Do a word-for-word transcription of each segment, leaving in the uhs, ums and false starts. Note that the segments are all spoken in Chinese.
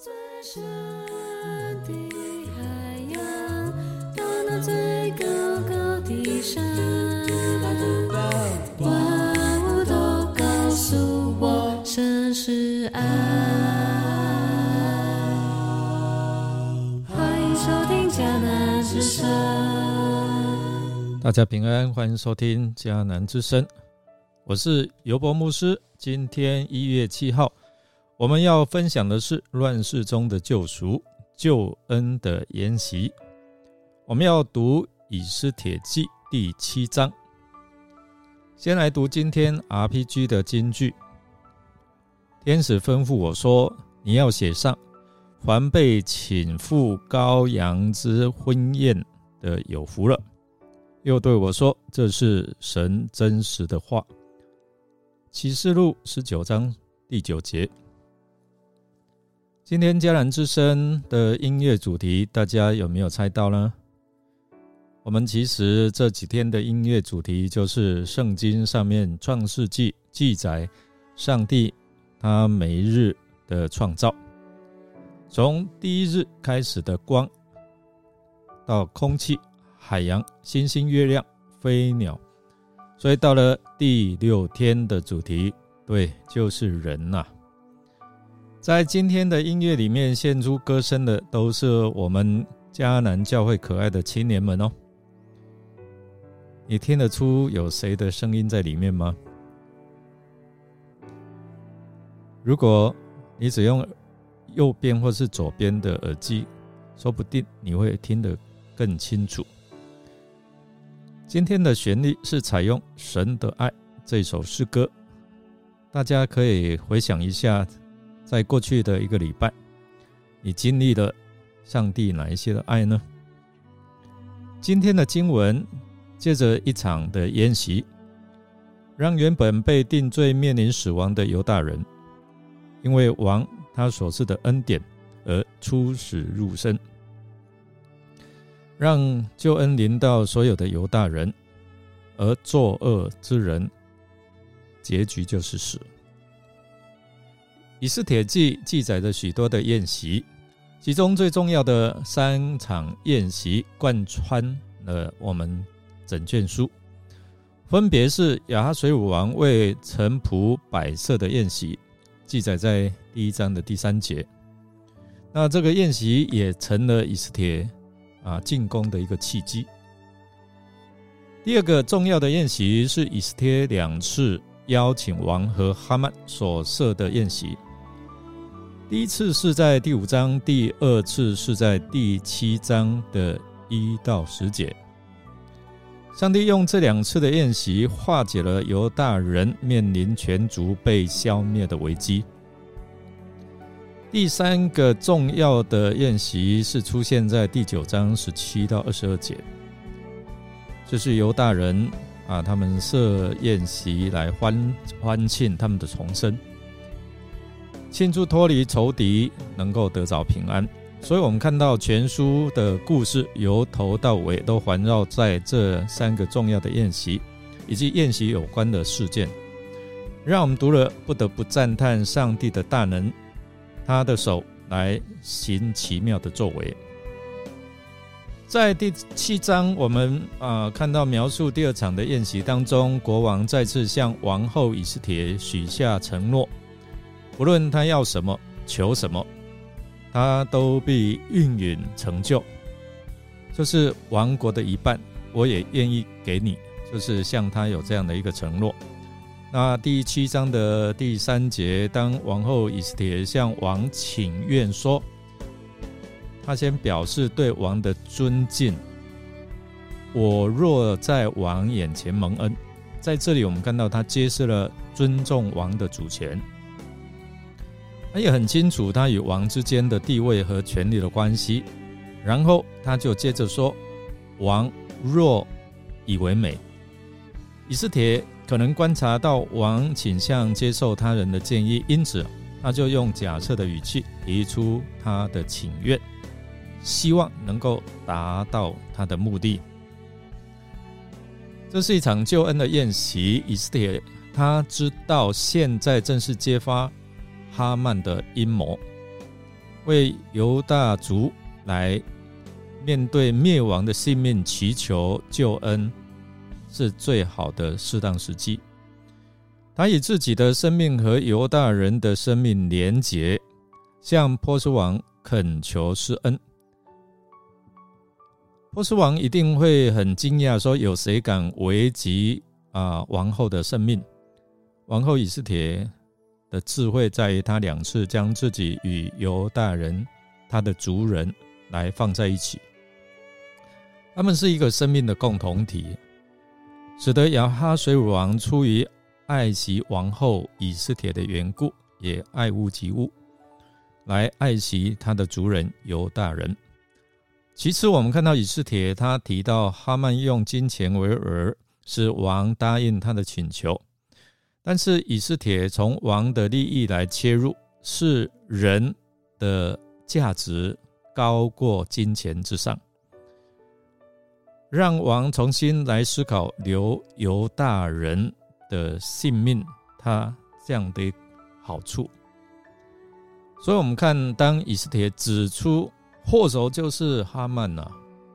最深的海洋，到那最高高的山，万物都告诉我，神是爱。欢迎收听迦南之声。 大家平安，欢迎收听迦南之声，我是尤伯牧师。今天一月七号，我们要分享的是乱世中的救赎，救恩的筵席。我们要读以斯帖记第七章。先来读今天 R P G 的金句。天使吩咐我说，你要写上，凡被请赴羔羊之婚宴的有福了。又对我说，这是神真实的话。启示录十九章第九节。今天迦南之声的音乐主题，大家有没有猜到呢？我们其实这几天的音乐主题就是圣经上面创世纪记载上帝他每一日的创造，从第一日开始的光，到空气、海洋、星星、月亮、飞鸟，所以到了第六天的主题，对，就是人啊。在今天的音乐里面献出歌声的都是我们迦南教会可爱的青年们哦。你听得出有谁的声音在里面吗？如果你只用右边或是左边的耳机，说不定你会听得更清楚。今天的旋律是采用《神的爱》这首诗歌，大家可以回想一下，在过去的一个礼拜，你经历了上帝哪一些的爱呢？今天的经文借着一场的宴席，让原本被定罪面临死亡的犹大人，因为王他所赐的恩典而出死入生，让救恩临到所有的犹大人，而作恶之人结局就是死。以斯帖记记载着许多的宴席，其中最重要的三场宴席贯穿了我们整卷书，分别是亚哈水鲁王为臣仆摆设的宴席，记载在第一章的第三节。那这个宴席也成了以斯帖啊进宫的一个契机。第二个重要的宴席是以斯帖两次邀请王和哈曼所设的宴席，第一次是在第五章，第二次是在第七章的一到十节。上帝用这两次的宴席化解了犹大人面临全族被消灭的危机。第三个重要的宴席是出现在第九章十七到二十二节，这是犹大人啊，他们设宴席来欢欢庆他们的重生，庆祝脱离仇敌，能够得着平安。所以我们看到全书的故事由头到尾都环绕在这三个重要的宴席以及宴席有关的事件，让我们读了不得不赞叹上帝的大能，他的手来行奇妙的作为。在第七章我们、呃、看到描述第二场的宴席当中，国王再次向王后以斯帖许下承诺，不论他要什么求什么，他都必应允成就，就是王国的一半我也愿意给你，就是向他有这样的一个承诺。那第七章的第三节，当王后以斯帖向王请愿说，他先表示对王的尊敬，我若在王眼前蒙恩，在这里我们看到他揭示了尊重王的主权，他也很清楚他与王之间的地位和权力的关系。然后他就接着说，王若以为美。以斯帖可能观察到王倾向接受他人的建议，因此他就用假设的语气提出他的请愿，希望能够达到他的目的。这是一场救恩的宴席，以斯帖他知道现在正是揭发哈曼的阴谋， 为犹大族来面对灭亡的性命祈求救恩，是最好的适当时机。他以自己的生命和犹大人的生命连结，向波斯王恳求施恩。波斯王一定会很惊讶，说有谁敢危及、啊、王后的生命？王后以斯帖的智慧在于他两次将自己与犹大人他的族人来放在一起，他们是一个生命的共同体，使得亚哈随鲁王出于爱惜王后以斯帖的缘故，也爱屋及乌，来爱惜他的族人犹大人。其次，我们看到以斯帖他提到哈曼用金钱为饵，使王答应他的请求，但是以斯帖从王的利益来切入，是人的价值高过金钱之上，让王重新来思考留犹大人的性命，他这样的好处。所以我们看，当以斯帖指出祸首就是哈曼啊，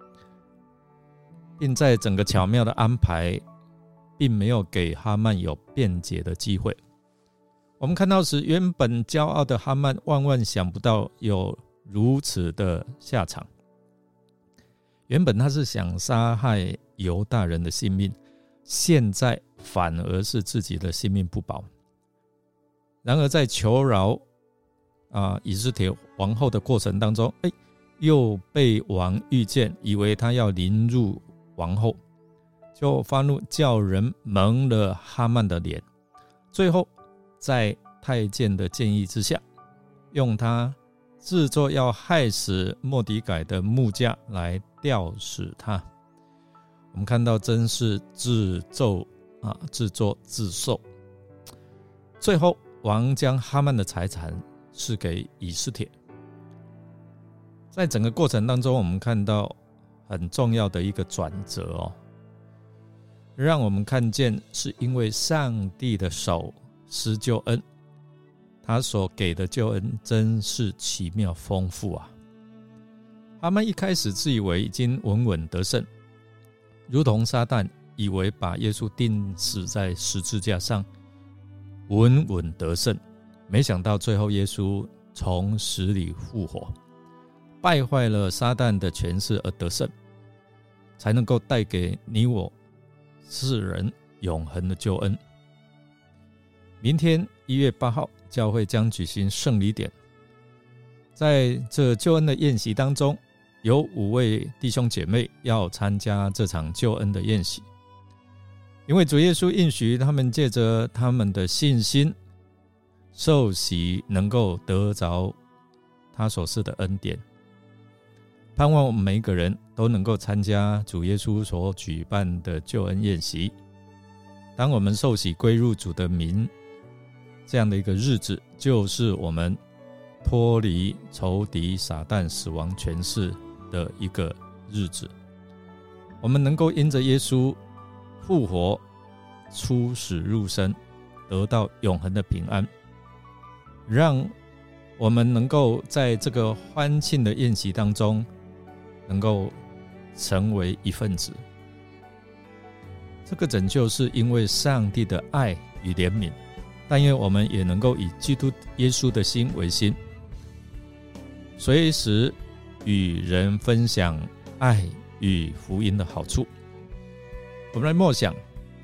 并在整个巧妙的安排，并没有给哈曼有辩解的机会。我们看到时，原本骄傲的哈曼万万想不到有如此的下场。原本他是想杀害犹大人的性命，现在反而是自己的性命不保。然而在求饶啊以斯帖王后的过程当中，哎，又被王遇见，以为他要凌辱王后，就发怒，叫人蒙了哈曼的脸。最后在太监的建议之下，用他制作要害死末底改的木架来吊死他。我们看到真是自咒啊，自作自受。最后王将哈曼的财产赐给以斯帖。在整个过程当中，我们看到很重要的一个转折哦，让我们看见是因为上帝的手施救恩，他所给的救恩真是奇妙丰富啊。他们一开始自以为已经稳稳得胜，如同撒旦以为把耶稣钉死在十字架上稳稳得胜，没想到最后耶稣从死里复活，败坏了撒旦的权势而得胜，才能够带给你我世人永恒的救恩。明天一月八号，教会将举行圣礼典，在这救恩的宴席当中，有五位弟兄姐妹要参加这场救恩的宴席，因为主耶稣应许他们借着他们的信心受洗，能够得着他所赐的恩典。盼望我们每一个人都能够参加主耶稣所举办的救恩宴席。当我们受洗归入主的名，这样的一个日子，就是我们脱离仇敌撒旦死亡权势的一个日子。我们能够因着耶稣复活出死入生，得到永恒的平安，让我们能够在这个欢庆的宴席当中能够成为一份子。这个拯救是因为上帝的爱与怜悯，但愿我们也能够以基督耶稣的心为心，随时与人分享爱与福音的好处。我们来默想，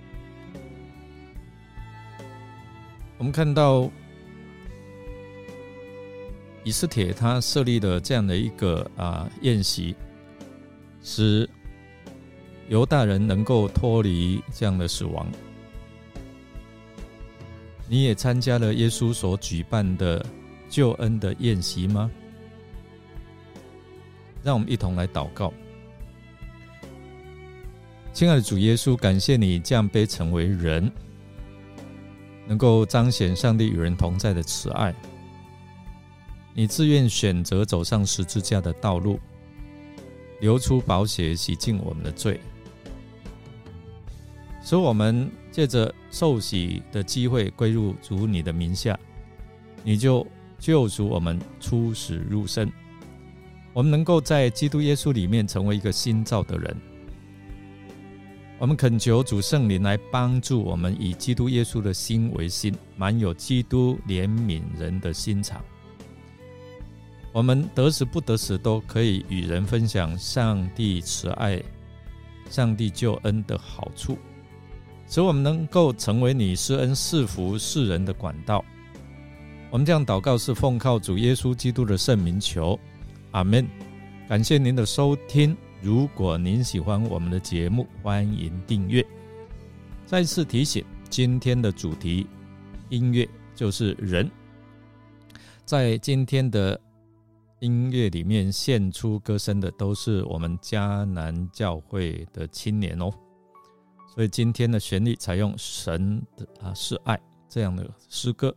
我们看到以斯帖他设立了这样的一个、啊、宴席，使犹大人能够脱离这样的死亡。你也参加了耶稣所举办的救恩的宴席吗？让我们一同来祷告。亲爱的主耶稣，感谢你降卑成为人，能够彰显上帝与人同在的慈爱。你自愿选择走上十字架的道路，流出宝血洗净我们的罪，使我们借着受洗的机会归入主你的名下，你就救赎我们出死入生，我们能够在基督耶稣里面成为一个新造的人。我们恳求主圣灵来帮助我们，以基督耶稣的心为心，满有基督怜悯人的心肠。我们得时不得时都可以与人分享上帝慈爱、上帝救恩的好处，使我们能够成为你施恩赐福世人的管道。我们这样祷告是奉靠主耶稣基督的圣名求，阿们。感谢您的收听，如果您喜欢我们的节目，欢迎订阅。再次提醒，今天的主题音乐就是人。在今天的音乐里面献出歌声的都是我们迦南教会的青年哦，所以今天的旋律采用神的、啊、是爱这样的诗歌，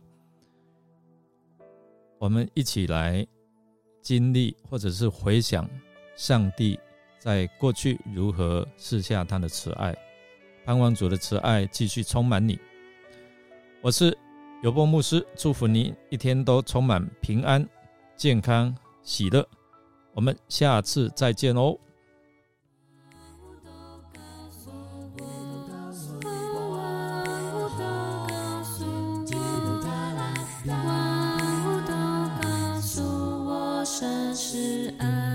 我们一起来经历或者是回想上帝在过去如何赐下他的慈爱，盼望主的慈爱继续充满你。我是尤波牧师，祝福你一天都充满平安、健康、喜乐。我们下次再见哦。 神是爱。